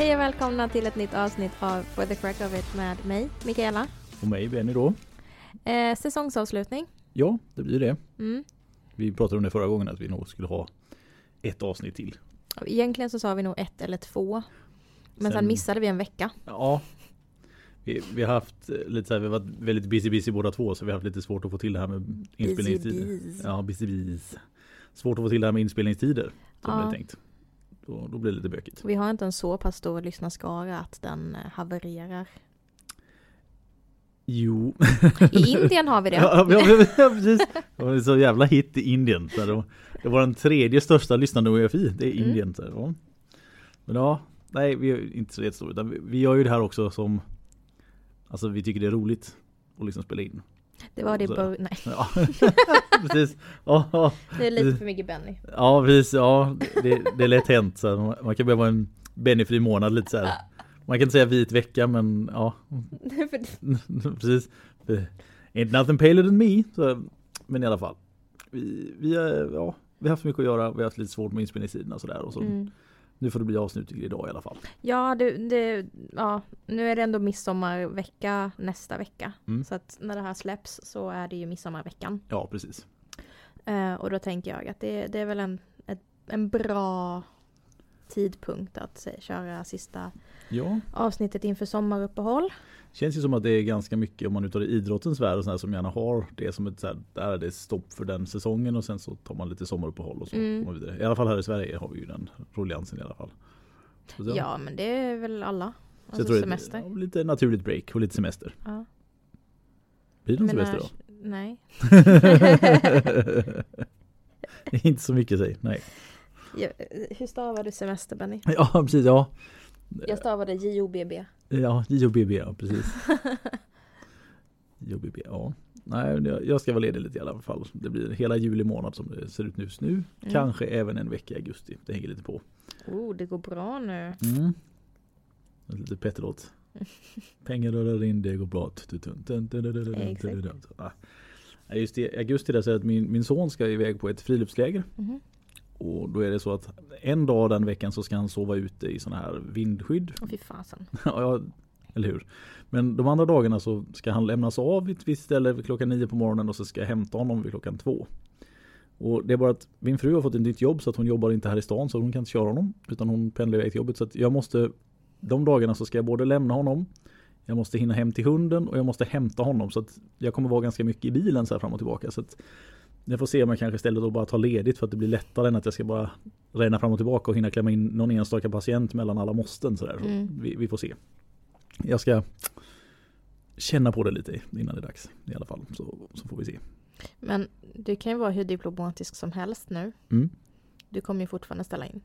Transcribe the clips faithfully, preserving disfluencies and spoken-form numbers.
Hej och välkomna till ett nytt avsnitt av For the Crack of It med mig, Mikaela. Och mig, Benny då. Eh, säsongsavslutning. Ja, det blir det. Mm. Vi pratade om det förra gången att vi nog skulle ha ett avsnitt till. Egentligen så sa vi nog ett eller två. Men sen, sen missade vi en vecka. Ja. Vi, vi har haft lite så här, vi har varit väldigt busy busy båda två, så vi har haft lite svårt att få till det här med inspelningstider. Busy bees. Ja, busy bees. Svårt att få till det här med inspelningstider, som Ja. jag tänkt. Då, då blir det lite bökigt. Vi har inte en så pass stor lyssnarskara att den eh, havererar. Jo. I Indien har vi det. Ja, ja, ja, ja, precis. Det var en så jävla hit i Indien. Så det, var, det var den tredje största lyssnande O F I. Det är Indien. Mm. Så ja. Men ja, nej, vi är inte så jättestora. Utan vi, vi gör ju det här också som, alltså vi tycker det är roligt att liksom spela in. Det var det så, bo- nej. Ja, precis. Ja, ja. Det är lite för mycket Benny. Ja, precis. Ja, det, det är lätt hänt. Så man, man kan behöva en Benny-fri månad lite så här. Man kan inte säga vit vecka, men ja. Precis. Ain't nothing paler than me. Så, men i alla fall. Vi, vi, är, ja, vi har haft mycket att göra. Vi har haft lite svårt med inspelningstiden och sådär. Och så, mm. Nu får det bli avsnitt idag i alla fall. Ja, det, det, ja, nu är det ändå midsommarvecka nästa vecka. Mm. Så att när det här släpps så är det ju midsommarveckan. Ja, precis. Uh, och då tänker jag att det, det är väl en, ett, en bra tidpunkt att se, köra sista ja. avsnittet inför sommaruppehåll. Känns ju som att det är ganska mycket, om man uttalar idrottens värld och sådär, som gärna har det som ett så här, där är det stopp för den säsongen och sen så tar man lite sommaruppehåll och så. Mm. Och vidare. I alla fall här i Sverige har vi ju den rulliansen i alla fall. Så, ja. ja, men det är väl alla. Så alltså semester. Det, ja, lite naturligt break och lite semester. Ja. Blir det någon semester då? Nej. Inte så mycket säg, nej. Ja, hur stavar du semester, Benny? Ja, precis, ja. Jag stavade J O B B. Ja, J O B B, ja, precis. J O B B, ja. Nej, jag ska vara ledig lite i alla fall. Det blir hela juli månad som det ser ut just nu. Mm. Kanske även en vecka i augusti. Det hänger lite på. Oh, det går bra nu. Mm. Lite pettelåt. Pengar rullar in, det går bra. Exakt. Just i augusti där så att min, min son ska iväg på ett friluftsläger. Mm. Och då är det så att en dag den veckan så ska han sova ute i såna här vindskydd. Åh, fy fasen. Ja, eller hur? Men de andra dagarna så ska han lämnas av vid ett visst ställe vid klockan nio på morgonen och så ska jag hämta honom vid klockan två. Och det är bara att min fru har fått ett nytt jobb så att hon jobbar inte här i stan så hon kan inte köra honom utan hon pendlar iväg till jobbet. Så att jag måste, de dagarna så ska jag både lämna honom, jag måste hinna hem till hunden och jag måste hämta honom så att jag kommer vara ganska mycket i bilen så här fram och tillbaka. Så att jag får se om jag kanske istället då bara tar ledigt för att det blir lättare än att jag ska bara rena fram och tillbaka och hinna klämma in någon enstaka patient mellan alla måsten. Så där. Så mm. vi, vi får se. Jag ska känna på det lite innan det är dags i alla fall. Så, så får vi se. Men du kan ju vara hur diplomatisk som helst nu. Mm. Du kommer ju fortfarande ställa in.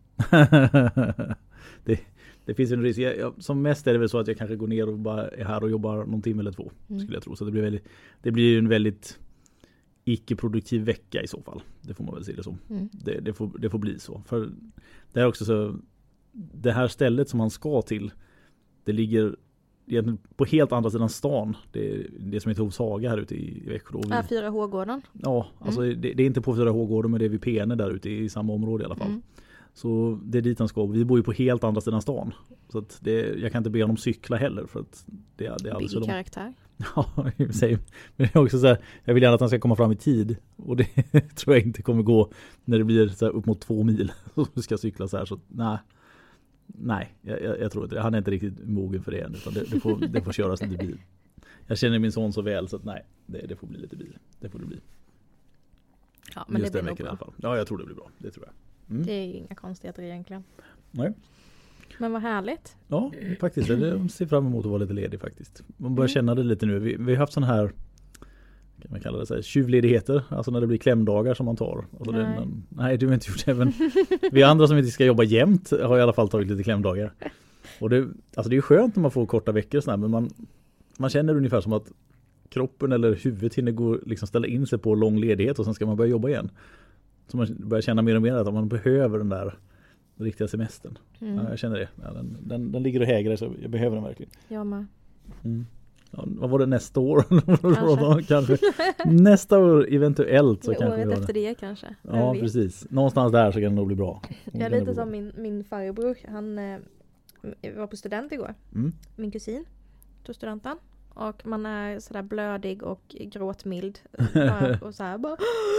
det, det finns en risk. Jag, jag, som mest är det väl så att jag kanske går ner och bara är här och jobbar någon timme eller två. Mm. Skulle jag tro. Så det blir, väldigt, det blir ju en väldigt icke-produktiv vecka i så fall. Det får man väl se det som. Mm. Det, det, får, det får bli så. För det är också så, det här stället som han ska till, det ligger på helt andra sidan stan. Det är det som heter Hovshaga här ute i Växjö. Ja, fyra H-gården. Ja, alltså mm. det, det är inte på fyra H-gården men det är vid P N där ute i samma område i alla fall. Mm. Så det är dit han ska. Vi bor ju på helt andra sidan stan. Så att det, jag kan inte be honom cykla heller för att det, det är alldeles för långt. Karaktär. Ja, men det är också så här, jag vill gärna att han ska komma fram i tid och det tror jag inte kommer gå när det blir så här upp mot två mil och vi ska cykla så här så nej. Nej, jag, jag tror inte det. Han är inte riktigt mogen för det än utan det, det, får, det får köras lite bil. Jag känner min son så väl så att nej, det, det får bli lite bil. Det får det bli. Ja, men just det blir nog bra. I alla fall. Ja, jag tror det blir bra. Det tror jag. Mm. Det är ju inga konstigheter egentligen. Nej. Men vad härligt. Ja, faktiskt. Jag ser fram emot att vara lite ledig faktiskt. Man börjar mm. känna det lite nu. Vi, vi har haft sån här, kan man kalla det så här, tjuvledigheter. Alltså när det blir klämdagar som man tar. Alltså nej. Det, men, nej, du har inte gjort det. Men vi andra som inte ska jobba jämt har i alla fall tagit lite klämdagar. Och det, alltså det är ju skönt när man får korta veckor sådär, men man, man känner ungefär som att kroppen eller huvudet hinner gå, liksom ställa in sig på lång ledighet och sen ska man börja jobba igen. Så man börjar känna mer och mer att man behöver den där riktiga semestern. Mm. Ja, jag känner det. Ja, den, den, den ligger och hägrar så jag behöver den verkligen. Jag med. Mm. Ja, vad var det nästa år? Kanske. kanske. Nästa år eventuellt. Så kanske året efter det kanske. Ja, precis. Någonstans där så kan det nog bli bra. Jag är lite som min, min farbror. Han, jag var på student igår. Mm. Min kusin tog studenten. Och man är sådär blödig och gråtmild. Bara, och såhär bara...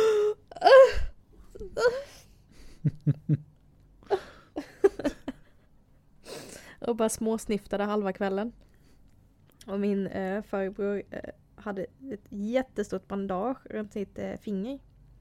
och bara småsniftade halva kvällen. Och min eh, farbror eh, hade ett jättestort bandage runt sitt eh, finger.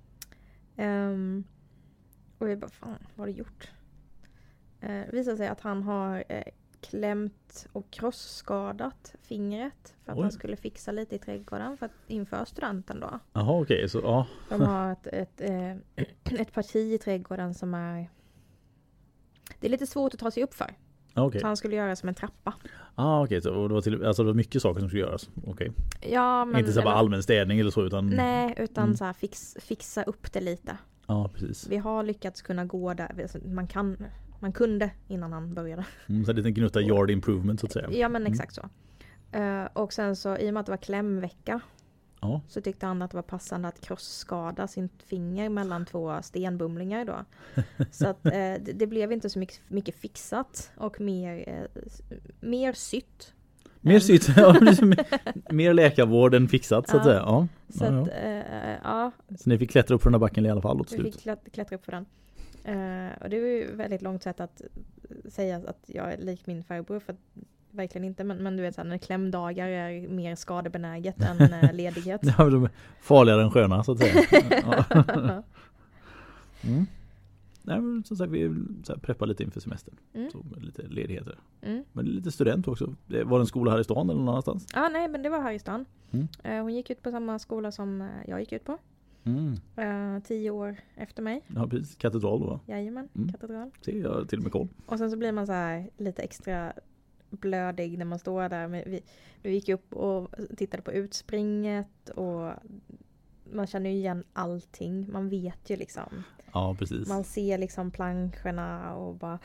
Um, och jag bara, fan, vad har du gjort? Eh, visade sig att han har eh, klämt och krossskadat fingret. För att Oj. han skulle fixa lite i trädgården för att inför studenten då. Jaha, okej. Okay, så ja. De har ett, ett, eh, ett parti i trädgården som är... Det är lite svårt att ta sig upp för. Okay. Så han skulle göra som en trappa. Ah, okej. Okay. Så det var, till, alltså det var mycket saker som skulle göras. Okay. Ja, men... Inte så bara allmän städning eller så, utan... Nej, utan mm. så här fix, fixa upp det lite. Ja, precis. Vi har lyckats kunna gå där. Man, kan, man kunde innan han började. Mm, så en liten gnutta yard improvement så att säga. Ja, men mm. exakt så. Uh, och sen så, i och med att det var klämvecka, ja. så tyckte han att det var passande att krossskada sin finger mellan två stenbumlingar då. Så att uh, det, det blev inte så mycket, mycket fixat och mer, uh, mer sytt. Mer sytt, ja, mer läkarvård än fixat så att ja. säga. Ja. Så, ja, att, ja. Uh, ja. Så ni fick klättra upp för den här backen i alla fall åt Vi slut. fick klätt, klättra upp för den. Uh, och det var ju väldigt långt sätt att säga att jag är lik min farbror, för att verkligen inte, men, men du vet så här, när klämdagar är mer skadebenäget än uh, ledighet. Ja, de är farligare än sköna så att säga. Ja. mm. Nej, men som sagt, vi så här, preppar lite inför semestern. Mm. Så lite ledigheter. Mm. Men lite student också. Det var en skola här i stan eller någon annanstans? Ja, nej, men det var här i stan. Mm. Uh, hon gick ut på samma skola som uh, jag gick ut på. Mm. Uh, tio år efter mig. Ja, precis. Katedral då. Jajamän, Mm. katedral. Se, jag har till och med koll. Och sen så blir man så här lite extra blödig när man står där. Men vi, vi gick upp och tittade på utspringet och man känner ju igen allting. Man vet ju liksom. Ja, precis. Man ser liksom planscherna och bara...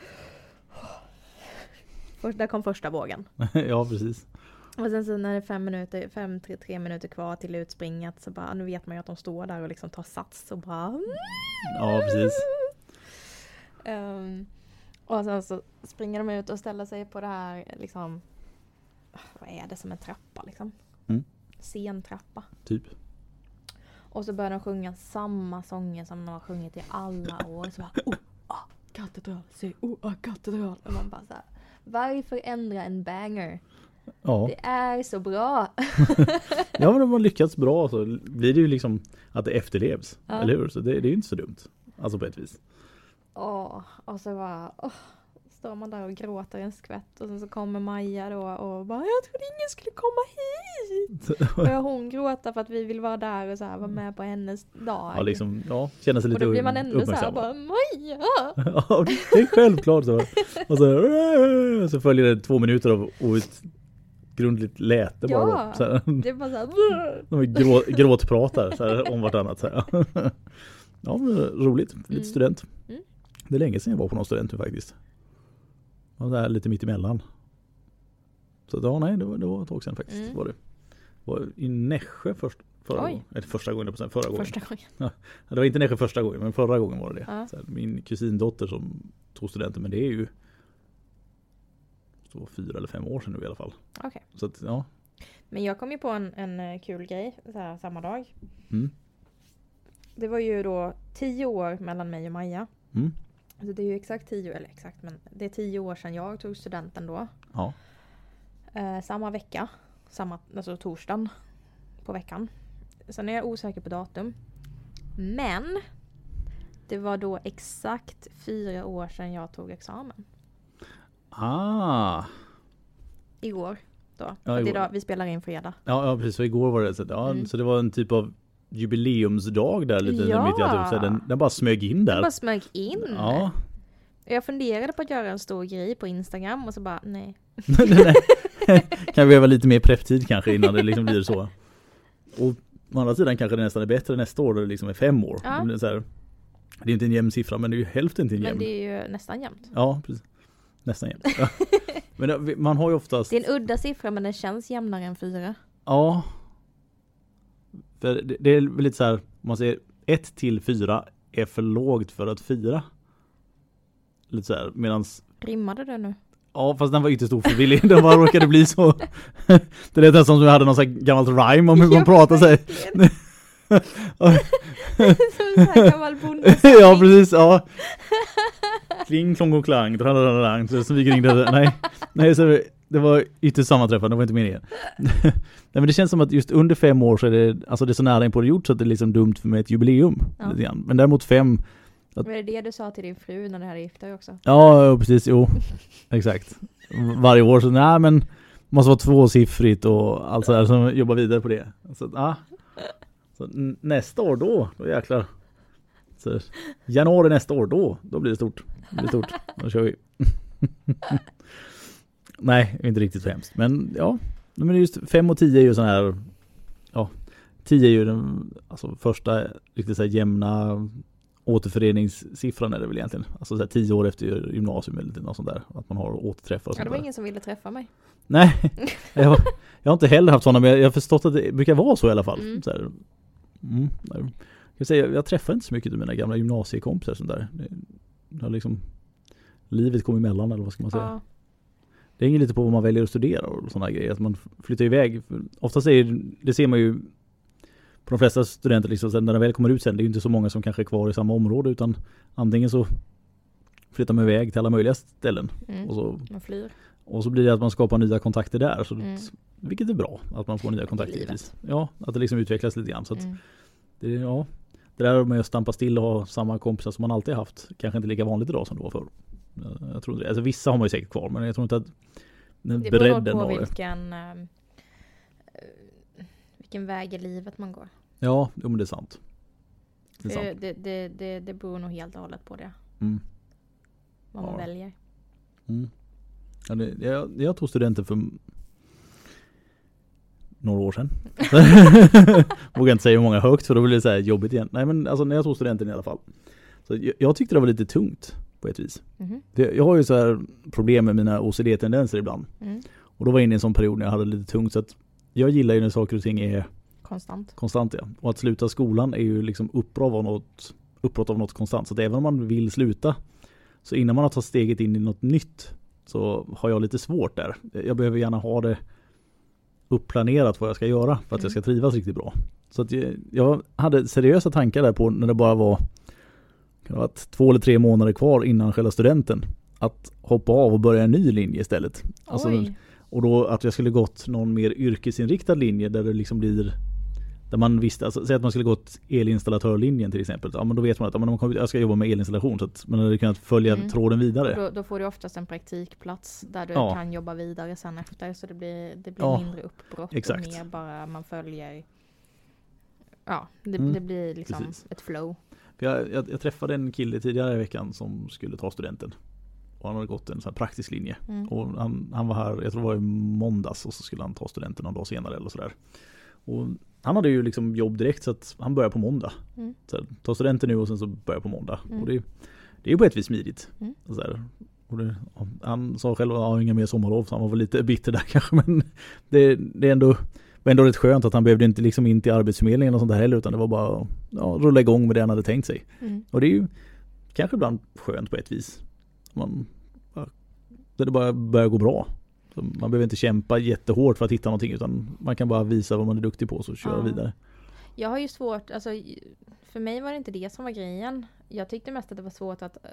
Först, där kom första vågen. Ja, precis. Och sen så när det är fem minuter, fem, tre, tre minuter kvar till utspringet så bara, nu vet man ju att de står där och liksom tar sats och bara... Ja, precis. Um, och sen så springer de ut och ställer sig på det här liksom, vad är det som en trappa liksom? Mm. Scentrappa. Typ. Och så börjar de sjunga samma sånger som de har sjungit i alla år. Så bara, oh, ah, katedral, se, oh, ah, katedral. Och man bara så här, varför ändra en banger? Ja. Det är så bra. Ja, men de har lyckats bra så blir det ju liksom att det efterlevs. Ja. Eller hur? Så det, det är ju inte så dumt. Alltså på ett vis. Åh, och så bara, åh, står man där och gråter en skvätt och sen så kommer Maja då och bara, jag trodde ingen skulle komma hit. Och jag hon gråter för att vi vill vara där och så här, vara med på hennes dag. Ja, liksom, ja, känna sig lite och då blir man ändå så här uppmärksam. bara, Maja! Ja, det är självklart så. Och så, så följer det två minuter av outgrundligt läte Ja, bara. Då. Så här, det är bara så här, de grå, gråtpratar så här, om vartannat. Så här. Ja, men roligt. Lite Mm. student. Mm. Det är länge sedan jag var på någon student nu faktiskt. Och där lite mitt emellan. Så ja, nej, det var, det var ett tag sedan faktiskt. Mm. Var det. Var i Nässjö först, förra Oj. gången. Eller första gången, förra gången. första gången. Ja, det var inte Nässjö första gången, men förra gången var det det. Ja. Så här, min kusindotter som tog studenten, men det är ju så fyra eller fem år sedan nu i alla fall. Okej. Okay. Så att, ja. Men jag kom ju på en, en kul grej så här, samma dag. Mm. Det var ju då tio år mellan mig och Maja. Mm. Alltså det är ju exakt tio, eller exakt, men det är tio år sedan jag tog studenten då. Ja. Eh, samma vecka, samma, alltså torsdagen på veckan. Sen är jag osäker på datum. Men det var då exakt fyra år sedan jag tog examen. Ah. Igår då. Ja, Att igår. idag, vi spelar in fredag. Ja, ja, precis. Så igår var det så, ja, Mm. så det var en typ av jubileumsdag där lite Ja. mitt i alltihop. Så den, den bara smög in där. Den bara smög in. Ja. Jag funderade på att göra en stor grej på Instagram och så bara, nej. Kan vi ha lite mer prepptid kanske innan det liksom blir så. Och å andra sidan kanske det nästan är bättre nästa år då det liksom är fem år. Ja. Det, blir så här, det är inte en jämn siffra, men det är ju hälften till en Men jämn. det är ju nästan jämnt. Ja, precis. Nästan jämnt. Ja. Men man har ju oftast... Det är en udda siffra men den känns jämnare än fyra. Ja. För det, det är väl lite så här, om man säger ett till fyra är för lågt för att fira. Lite så här, medans... Rimmade det nu? Ja, fast den var ytterst ofrivillig. Den bara råkade bli så. Det är nästan som om jag hade någon sån här gammalt rhyme om hur man pratar sig. Som en sån här gammal bonde. Ja, precis. Ja. Kling, klong och klang. Tralalala, så vi ringde. Nej, nej så det var ytterst sammanträffande. Det var inte meningen. Nej, men det känns som att just under fem år så är det, alltså det är så nära in på det gjort så att det är liksom dumt för mig ett jubileum. Ja. Men däremot fem... Att... Var det det du sa till din fru när du hade gift dig också? Ja, precis. Jo, exakt. Varje år så, nej men måste vara tvåsiffrigt och allt så där, så jobbar vidare på det. Så, ja. Så nästa år då, då jäklar. Så, januari nästa år då, då blir det stort. Det blir stort. Då kör vi. Nej, inte riktigt så hemskt. Men ja, men just fem och tio är ju sån här, ja, tio är ju den alltså, första riktigt så här jämna återföreningssiffran är det väl egentligen. Alltså så här tio år efter gymnasium eller något sånt där. Att man har återträffar. Ja, det var ingen som ville träffa mig. Nej, jag har, jag har inte heller haft sådana, men jag har förstått att det brukar vara så i alla fall. Mm. Så här, mm, jag, säga, jag träffar inte så mycket av mina gamla gymnasiekompisar. Sånt där. Det, det har liksom, livet kom emellan eller vad ska man säga. Ja. Det hänger lite på vad man väljer att studera och sådana grejer. Att man flyttar iväg. Oftast är det ser man ju på de flesta studenter liksom, sen när de väl kommer ut sen, det är ju inte så många som kanske är kvar i samma område, utan antingen så flyttar man iväg till alla möjliga ställen. Mm. Och, så, man flyr. Och så blir det att man skapar nya kontakter där. Så mm. det, vilket är bra, att man får nya kontakter. Ja, att det liksom utvecklas lite grann. Så att mm. det, ja, det där med att stampa still och ha samma kompisar som man alltid haft, kanske inte lika vanligt idag som det var förr. Jag tror inte det. Alltså, vissa har man ju säkert kvar, men jag tror inte att den det bredden beror på av det. Vilken, uh, vilken väg i livet man går. Ja, jo, men det är sant. Det, är sant. Det, det, det, det beror nog helt och hållet på det. Mm. Vad man ja. väljer. Mm. Ja, det, jag, jag tog studenten för några år sedan. Vågar inte säga hur många högt, för då blir det så här jobbigt igen. Nej, men alltså när jag tog studenten i alla fall. Så jag, jag tyckte det var lite tungt på ett vis. Mm. Det, jag har ju så här problem med mina O C D-tendenser ibland. Mm. Och då var jag inne i en sån period när jag hade lite tungt, så att jag gillar ju när saker och ting är konstant. Konstant, ja. Och att sluta skolan är ju liksom uppbrott av något, uppbrott av något konstant. Så att även om man vill sluta, så innan man har tagit steget in i något nytt, så har jag lite svårt där. Jag behöver gärna ha det uppplanerat vad jag ska göra för att mm. jag ska trivas riktigt bra. Så att jag, jag hade seriösa tankar där på när det bara var, kan det ha varit två eller tre månader kvar innan själva studenten, att hoppa av och börja en ny linje istället. Alltså, och då att jag skulle gått någon mer yrkesinriktad linje där det liksom blir, där man visste, alltså, säg att man skulle gått elinstallatörlinjen till exempel. Ja, men då vet man att ja, men man kommer, jag ska jobba med elinstallation, så att man hade kunnat följa mm. tråden vidare. Då, då får du oftast en praktikplats där du ja. kan jobba vidare sen efter, så det blir, det blir ja. mindre uppbrott. Exakt. Och mer bara man följer, ja, det, mm. det blir liksom Precis. ett flow. Jag, jag, jag träffade en kille tidigare i veckan som skulle ta studenten. Och han hade gått en sån här praktisk linje. Mm. Och han, han var här, jag tror det var i måndags, och så skulle han ta studenten någon dag senare eller sådär. Och han hade ju liksom jobb direkt, så att han börjar på måndag. Mm. Så här, ta studenten nu och sen så börjar på måndag. Mm. Och det, det är ju på ett vis smidigt. Mm. Så här, och det, han sa själv att han har inga mer sommarlov, så han var väl lite bitter där kanske. Men det, det är ändå, var ändå rätt skönt att han behövde inte liksom in till Arbetsförmedlingen och sånt där heller, utan det var bara ja, rulla igång med det han hade tänkt sig. Mm. Och det är ju kanske ibland skönt på ett vis. Man, där det bara börjar gå bra. Så man behöver inte kämpa jättehårt för att hitta någonting, utan man kan bara visa vad man är duktig på och så köra ja. vidare. Jag har ju svårt, alltså för mig var det inte det som var grejen. Jag tyckte mest att det var svårt att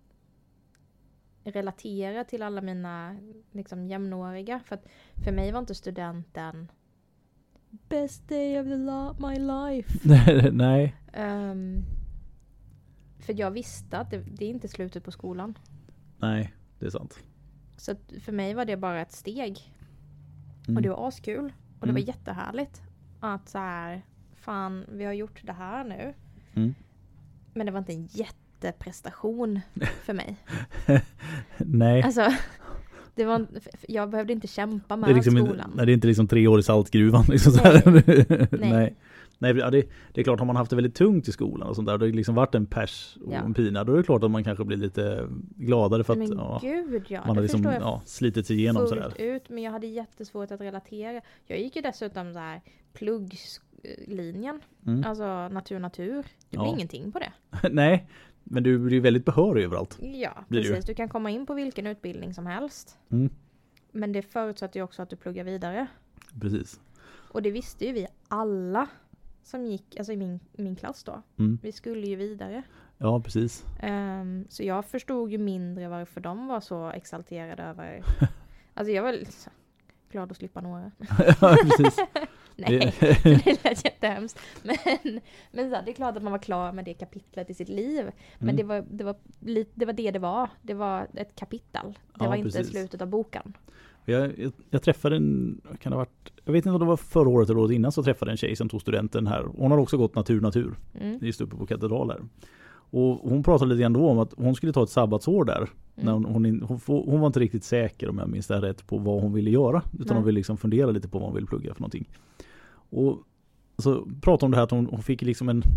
relatera till alla mina liksom jämnåriga, för att för mig var inte studenten best day of the la- my life. Nej. Um, för jag visste att det, det är inte slutet på skolan. Nej, det är sant. Så att för mig var det bara ett steg. Mm. Och det var askul. Och det mm. var jättehärligt. Att så här, fan, vi har gjort det här nu. Mm. Men det var inte en jätteprestation för mig. Nej. Alltså, det var, jag behövde inte kämpa med det är liksom, skolan. Nej, det är inte liksom tre år i saltgruvan. Liksom nej. Så här. nej. nej. Nej, ja, det, det är klart, har man haft det väldigt tungt i skolan och sånt där, det har liksom varit en pers och ja. en pina, då är det klart att man kanske blir lite gladare för att men ja, gud, ja. man har liksom, ja, slitit sig igenom sådär. Ut, men jag hade jättesvårt att relatera. Jag gick ju dessutom så här plugglinjen, mm. alltså natur-natur. Det blir ja. ingenting på det. nej, Men du blir väldigt behörig överallt. Ja, Blir precis. du? Du kan komma in på vilken utbildning som helst. Mm. Men det förutsätter ju också att du pluggar vidare. Precis. Och det visste ju vi alla som gick, alltså i min, min klass då. Mm. Vi skulle ju vidare. Ja, precis. Um, så jag förstod ju mindre varför de var så exalterade över... Alltså jag var så glad att slippa några. Ja, precis. Nej, det lät jättehemskt. Men, men så här, det är klart att man var klar med det kapitlet i sitt liv. Men Mm. det, var, det, var lite, det var det det var. Det var ett kapitel. Det Ja, var inte precis. slutet av boken. Jag, jag, jag träffade en, kan det ha varit, jag vet inte om det var förra året eller året innan, så träffade en tjej som tog studenten här. Hon har också gått natur, natur. Mm. Just uppe på Katedral där. Och hon pratade lite grann då om att hon skulle ta ett sabbatsår där. Mm. När hon, hon, hon, hon var inte riktigt säker, om jag minns det rätt, på vad hon ville göra. Utan Nej. hon ville liksom fundera lite på vad hon ville plugga för någonting. Och så pratade hon om det här att hon, hon fick liksom en,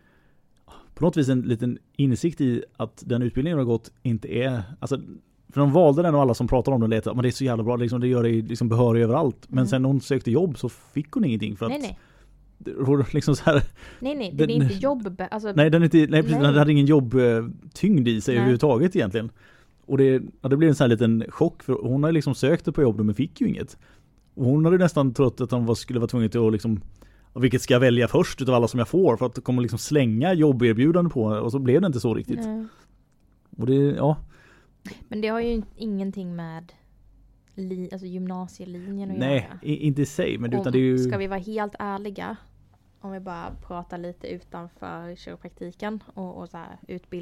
på något vis en liten insikt i att den utbildningen hon har gått inte är, alltså, för de valde den och alla som pratade om den lät att men det är så jävla bra, liksom, det gör dig liksom behörig överallt. Men Mm. sen när hon sökte jobb så fick hon ingenting för att Nej, nej. hon liksom så här, Nej, nej. Det Den- är inte jobb. Alltså, nej, den är inte, nej, precis, Nej. den hade ingen jobbtyngd i sig Nej. överhuvudtaget egentligen. Och det, ja, det blev en sån här liten chock, för hon har liksom sökt på jobb men fick ju inget. Och hon hade nästan trott att hon var, skulle vara tvungen till att liksom, vilket ska jag välja först utav alla som jag får, för att det kommer liksom slänga jobberbjudande på, och så blev det inte så riktigt. nej. Och det, ja, Men det har ju ingenting med li, alltså gymnasielinjen att nej, göra. i- inte i sig, men Om, utan det är ju, Ska vi vara helt ärliga, om vi bara pratar lite utanför kiropraktiken och, och så här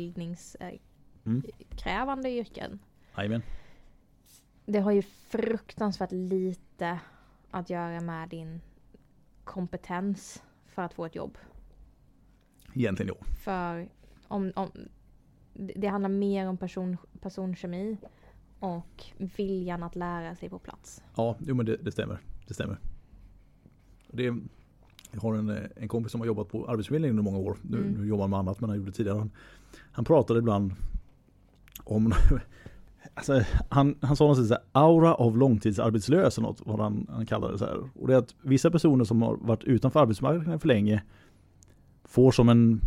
utbildningskrävande Mm. yrken. Jajamän. Det har ju fruktansvärt lite att göra med din kompetens för att få ett jobb. Egentligen ja. För om, om det det handlar mer om person, personkemi och viljan att lära sig på plats. Ja, jo, men det, det stämmer. Det stämmer. Det är, jag har en, en kompis som har jobbat på Arbetsförmedlingen under många år. Nu, Mm. nu jobbar han med annat, men han gjorde det tidigare. Han, han pratade ibland om alltså, han, han sa något så här, aura av långtidsarbetslös eller något, vad han, han kallade det så här. Och det är att vissa personer som har varit utanför arbetsmarknaden för länge får som en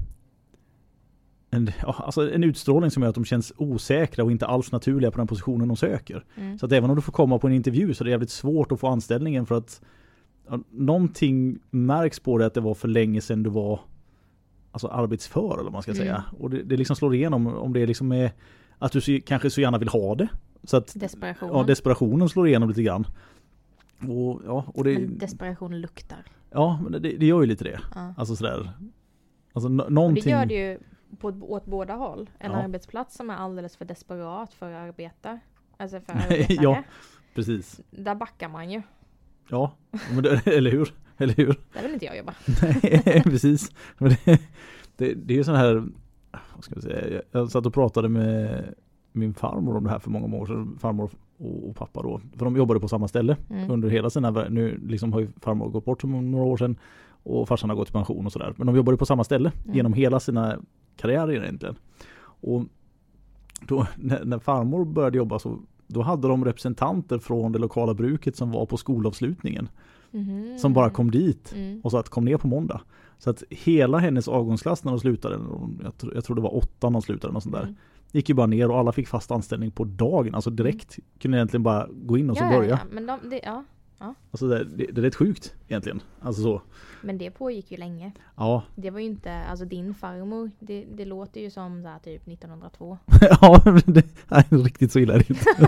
En, ja, alltså en utstrålning som gör att de känns osäkra och inte alls naturliga på den positionen de söker. Mm. Så att även om du får komma på en intervju så är det jävligt svårt att få anställningen, för att ja, någonting märks på det att det var för länge sedan du var alltså arbetsför, eller vad man ska Mm. säga. Och det, det liksom slår igenom om det liksom är att du så, kanske så gärna vill ha det. Så att Desperation. ja, desperationen slår igenom lite grann. Och, ja, och det, Men desperation luktar. ja, men det, det gör ju lite det. Ja. Alltså sådär. Alltså no, Och det någonting. gör det ju på, åt båda håll. En Ja. arbetsplats som är alldeles för desperat för att arbeta. Alltså för arbetare. Ja. Precis. Där backar man ju. Ja, men det, eller hur? Eller hur? Där vill inte jag jobba. Nej, precis. Men det, det, det är ju sån här, vad ska jag säga, jag, jag satt och pratade med min farmor om det här för många år sedan, farmor och, och pappa då, för de jobbade på samma ställe Mm. under hela sina, nu liksom har ju farmor gått bort om några år sedan och farsan har gått i pension och sådär, men de jobbade på samma ställe Mm. genom hela sina karriärer egentligen. Och då, när, när farmor började jobba så då hade de representanter från det lokala bruket som var på skolavslutningen. Mhm. Som bara kom dit Mm. och sa att kom ner på måndag. Så att hela hennes avgångsklass när de slutade, jag tror, jag tror det var åtta när de slutade och sånt där, Mm. gick ju bara ner och alla fick fast anställning på dagen. Alltså direkt kunde egentligen bara gå in och så ja, börja. Ja, ja. Men, de, det, ja. Alltså det, det, det är rätt sjukt egentligen. Alltså så. Men det pågick ju länge. Ja, Det var ju inte, alltså din farmor, det, det låter ju som så här, typ nittonhundratvå. ja men det är riktigt så illa är det inte.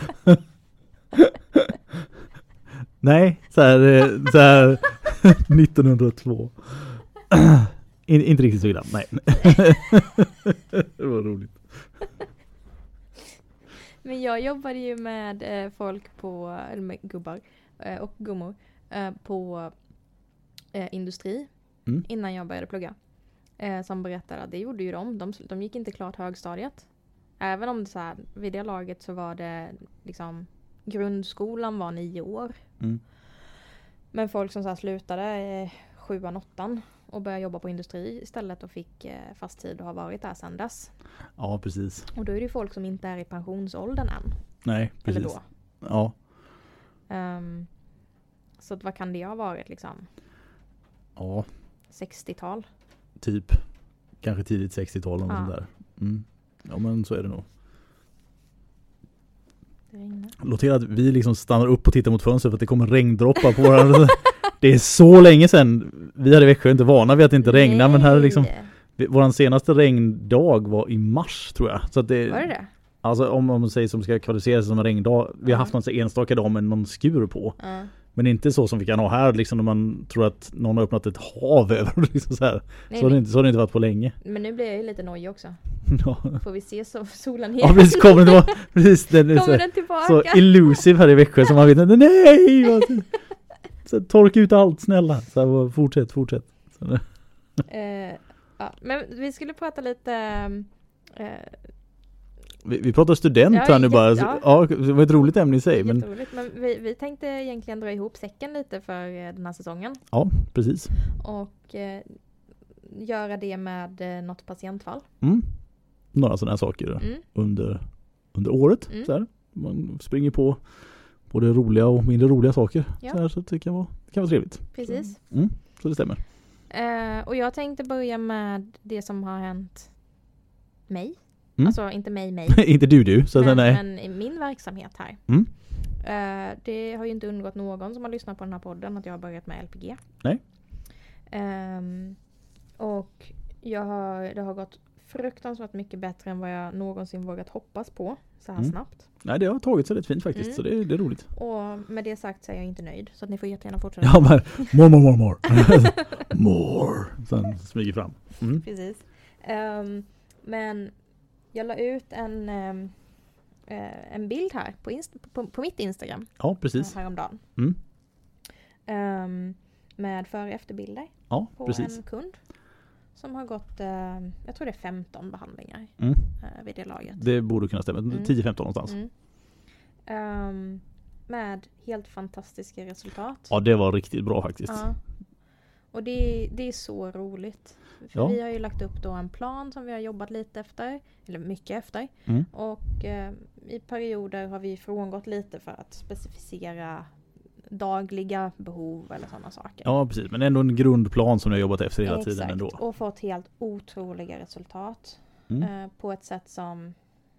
Nej, så här, eh, så här nittonhundratvå. In, inte riktigt så illa, nej. Det var roligt. Men jag jobbade ju med eh, folk på, eller med gubbar eh, och gummor eh, på eh, industri Mm. innan jag började plugga. Eh, som berättade att det gjorde ju de. de. De gick inte klart högstadiet. Även om det så här, vid det laget så var det liksom, grundskolan var nio år. Mm. Men folk som så här slutade eh, sjuan, åttan och började jobba på industri istället och fick eh, fast tid och har varit där sedan dess. Ja, precis. Och då är det ju folk som inte är i pensionsåldern än. Nej, precis. Eller då. Ja. Um, så att vad kan det ha varit liksom? Ja, sextiotal? typ. Kanske tidigt sextiotal eller Ja. sånt där. Mm. Ja, men så är det nog. Det regnar. Notera att vi liksom stannar upp och tittar mot fönstret för att det kommer regndroppar på våra. Det är så länge sedan. Vi hade i Växjö inte vana vid att det inte regnar, men här är liksom vår senaste regndag var i mars, tror jag. Så att det, var det det? Alltså om man säger som ska kvalificera sig som en regndag. Vi har haft någon enstaka dag med någon skur på. Uh. Men inte så som vi kan ha här, liksom när man tror att någon har öppnat ett hav över. Liksom så här. Nej, så, har det inte, så har det inte varit på länge. Men nu blir jag ju lite nojig också. Ja. Får vi se så solen igen? Ja, precis. Kommer, det vara, precis den, kommer så, den tillbaka? Så elusive här i Växjö som man vet inte. Nej! Så, torka ut allt, snälla. Så fortsätt, fortsätt. Så, uh, ja, men vi skulle prata lite... Uh, Vi, vi pratar student ja, här nu bara. Ja. Ja, det var ett roligt ämne i sig. Men... men vi, vi tänkte egentligen dra ihop säcken lite för den här säsongen. Ja, precis. Och eh, göra det med eh, något patientfall. Mm. Några sådana här saker Mm. under, under året. Mm. Så här. Man springer på både roliga och mindre roliga saker. Ja. Så, här, så det kan vara, det kan vara trevligt. Precis. Så, mm, så det stämmer. Eh, och jag tänkte börja med det som har hänt mig. Mm. Alltså inte mig, mig. Inte du du. Så men, nej. men i min verksamhet här. Mm. Eh, det har ju inte undgått någon som har lyssnat på den här podden att jag har börjat med L P G. Nej. Um, och jag har, det har gått fruktansvärt mycket bättre än vad jag någonsin vågat hoppas på så här Mm. snabbt. Nej, det har tagit sig rätt fint faktiskt. Mm. Så det, det är roligt. Och med det sagt så är jag inte nöjd. Så att ni får jättegärna fortsätta. Ja, men more, more, more, more. More. Sen smyger fram. Mm. Precis. Um, men jag la ut en, um, uh, en bild här på, inst- på, på mitt Instagram. Ja, precis. Häromdagen. Mm. Um, med före- och efterbilder Ja, på precis. en kund. Som har gått, uh, jag tror det är femton behandlingar Mm. uh, vid det laget. Det borde kunna stämma. Mm. tio femton någonstans. Mm. Um, med helt fantastiska resultat. Ja, det var riktigt bra faktiskt. Ja. Och det, det är så roligt. För Ja. vi har ju lagt upp då en plan som vi har jobbat lite efter. Eller mycket efter. Mm. Och eh, i perioder har vi frångått lite för att specificera dagliga behov eller sådana saker. Ja, precis. Men ändå en grundplan som ni har jobbat efter hela Exakt. tiden ändå. Och fått helt otroliga resultat. Mm. Eh, på ett sätt som...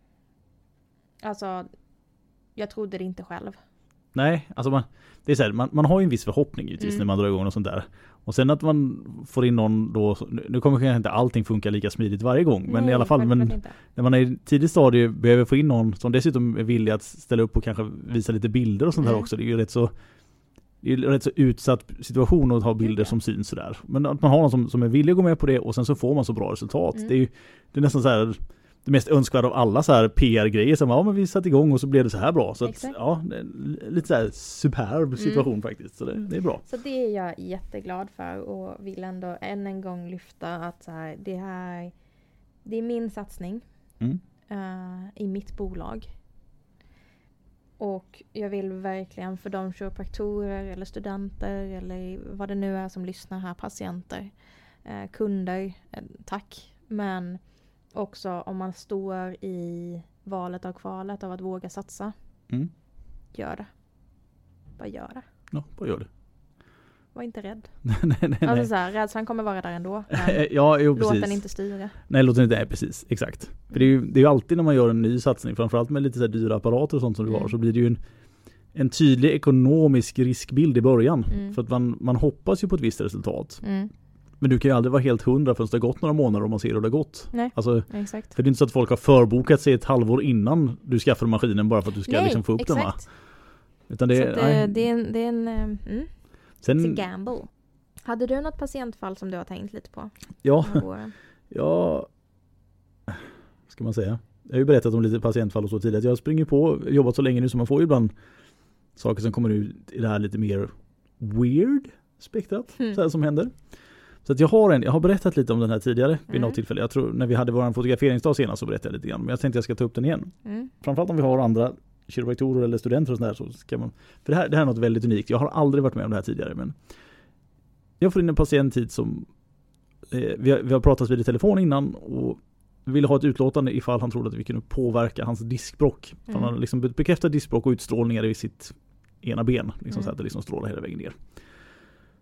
Alltså, jag trodde det inte själv. Nej, alltså man, det är så här, man, man har ju en viss förhoppning givetvis Mm. när man drar igång och sånt där. Och sen att man får in någon då, nu kommer kanske inte allting funka lika smidigt varje gång, men Nej, i alla fall men, inte. när man är i tidigt stadie behöver få in någon som dessutom är villig att ställa upp och kanske visa lite bilder och sånt här Mm. också. Det är ju rätt så det är ju rätt så utsatt situation att ha bilder Ja. som syns sådär. Men att man har någon som, som är villig att gå med på det och sen så får man så bra resultat. Mm. Det är ju det är nästan så här det mest önskvärda av alla så här P R-grejer som ja men vi satt igång och så blev det så här bra. Så att, ja, det är lite så här superb situation mm. faktiskt. Så det, det är bra. Så det är jag jätteglad för och vill ändå än en gång lyfta att så här, det här det är min satsning Mm. uh, i mitt bolag. Och jag vill verkligen för de kiropraktorer eller studenter eller vad det nu är som lyssnar här, patienter, uh, kunder, uh, tack. Men också om man står i valet av kvalet av att våga satsa. Mm. Gör det. Bara gör det. Ja, bara gör det. Var inte rädd. nej, nej, nej. Alltså så här, rädslan kommer vara där ändå. Men ja, jo, låt precis. den inte styra. Nej, låt den inte, nej, precis, exakt. För det är, ju, det är ju alltid när man gör en ny satsning, framförallt med lite så här dyra apparater och sånt som du Mm. har, så blir det ju en, en tydlig ekonomisk riskbild i början. Mm. För att man, man hoppas ju på ett visst resultat. Mm. Men du kan ju aldrig vara helt hundra förrän det har gått några månader om man ser hur det har gått. Nej, alltså, exakt. för det är inte så att folk har förbokat sig ett halvår innan du skaffar maskinen bara för att du ska Nej, liksom få upp den, va? exakt. Utan det, Så att det, nej. det är en, det är en mm, Sen, it's a gamble. Hade du något patientfall som du har tänkt lite på? Ja, Den här våren? ja, ska man säga. Jag har ju berättat om lite patientfall och så tidigare. Jag springer på, jobbat så länge nu så man får ju ibland saker som kommer ut i det här lite mer weird spektrat Mm. så här som händer. Så att jag har en, jag har berättat lite om den här tidigare vid Mm. något tillfälle. Jag tror när vi hade vår fotograferingsdag senast så berättade jag lite grann. Men jag tänkte jag ska ta upp den igen. Mm. Framförallt om vi har andra kiropraktorer eller studenter och sådär så ska man, för det här, det här är något väldigt unikt. Jag har aldrig varit med om det här tidigare, men jag får in en patient hit som eh, vi, har, vi har pratat vid i telefon innan och ville ha ett utlåtande ifall han trodde att vi kunde påverka hans diskbråck. Mm. Han hade liksom bekräftat diskbråck och utstrålningar i sitt ena ben, liksom Mm. så att det liksom strålar hela vägen ner.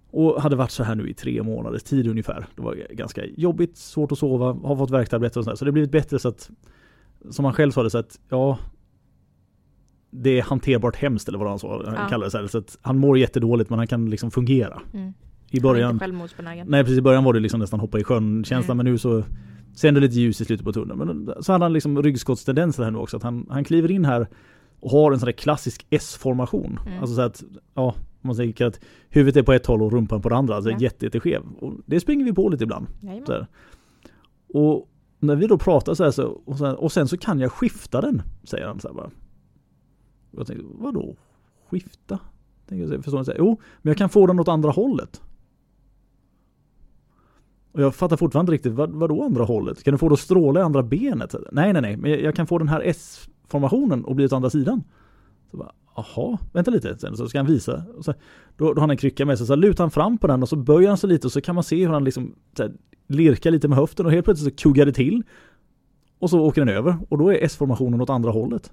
Och hade varit så här nu i tre månaders tid ungefär. Det var ganska jobbigt, svårt att sova, har fått värktabletter och sådär. Så det har blivit bättre så att, som han själv sa det, så att ja, det är hanterbart hemskt eller vad han sa, han ja. kallar det så här. Så att han mår jättedåligt men han kan liksom fungera. Mm. I början, han är inte självmordsbenägen. Nej, precis i början var det liksom nästan hoppa i sjön känslan, mm. men nu så sen det lite ljus i slutet på tunneln. Men så hade han liksom ryggskottstendenser här nu också, att han, han kliver in här och har en sån där klassisk S-formation. Mm. Alltså så att, ja, man säger att huvudet är på ett håll och rumpan på det andra. Alltså ja. jätte, jätteskev. Och det springer vi på lite ibland. Så här. Och när vi då pratar så här, så, och, så här, och sen så kan jag skifta den, säger han så här bara. Och jag tänkte, vadå? Skifta? Tänkte jag, förstår ni? Så här, jo, men jag kan få den åt andra hållet. Och jag fattar fortfarande inte riktigt, vad, vadå andra hållet? Kan du få det att stråla i andra benet? Nej, nej, nej. Men jag, jag kan få den här S-formationen och bli åt andra sidan. Så bara, aha, vänta lite. Sen så ska han visa. Och så, då, då har han en krycka med sig. Så lutar han fram på den och så böjer han sig lite. Och så kan man se hur han liksom så här, lirkar lite med höften. Och helt plötsligt så kuggar det till. Och så åker den över. Och då är S-formationen åt andra hållet.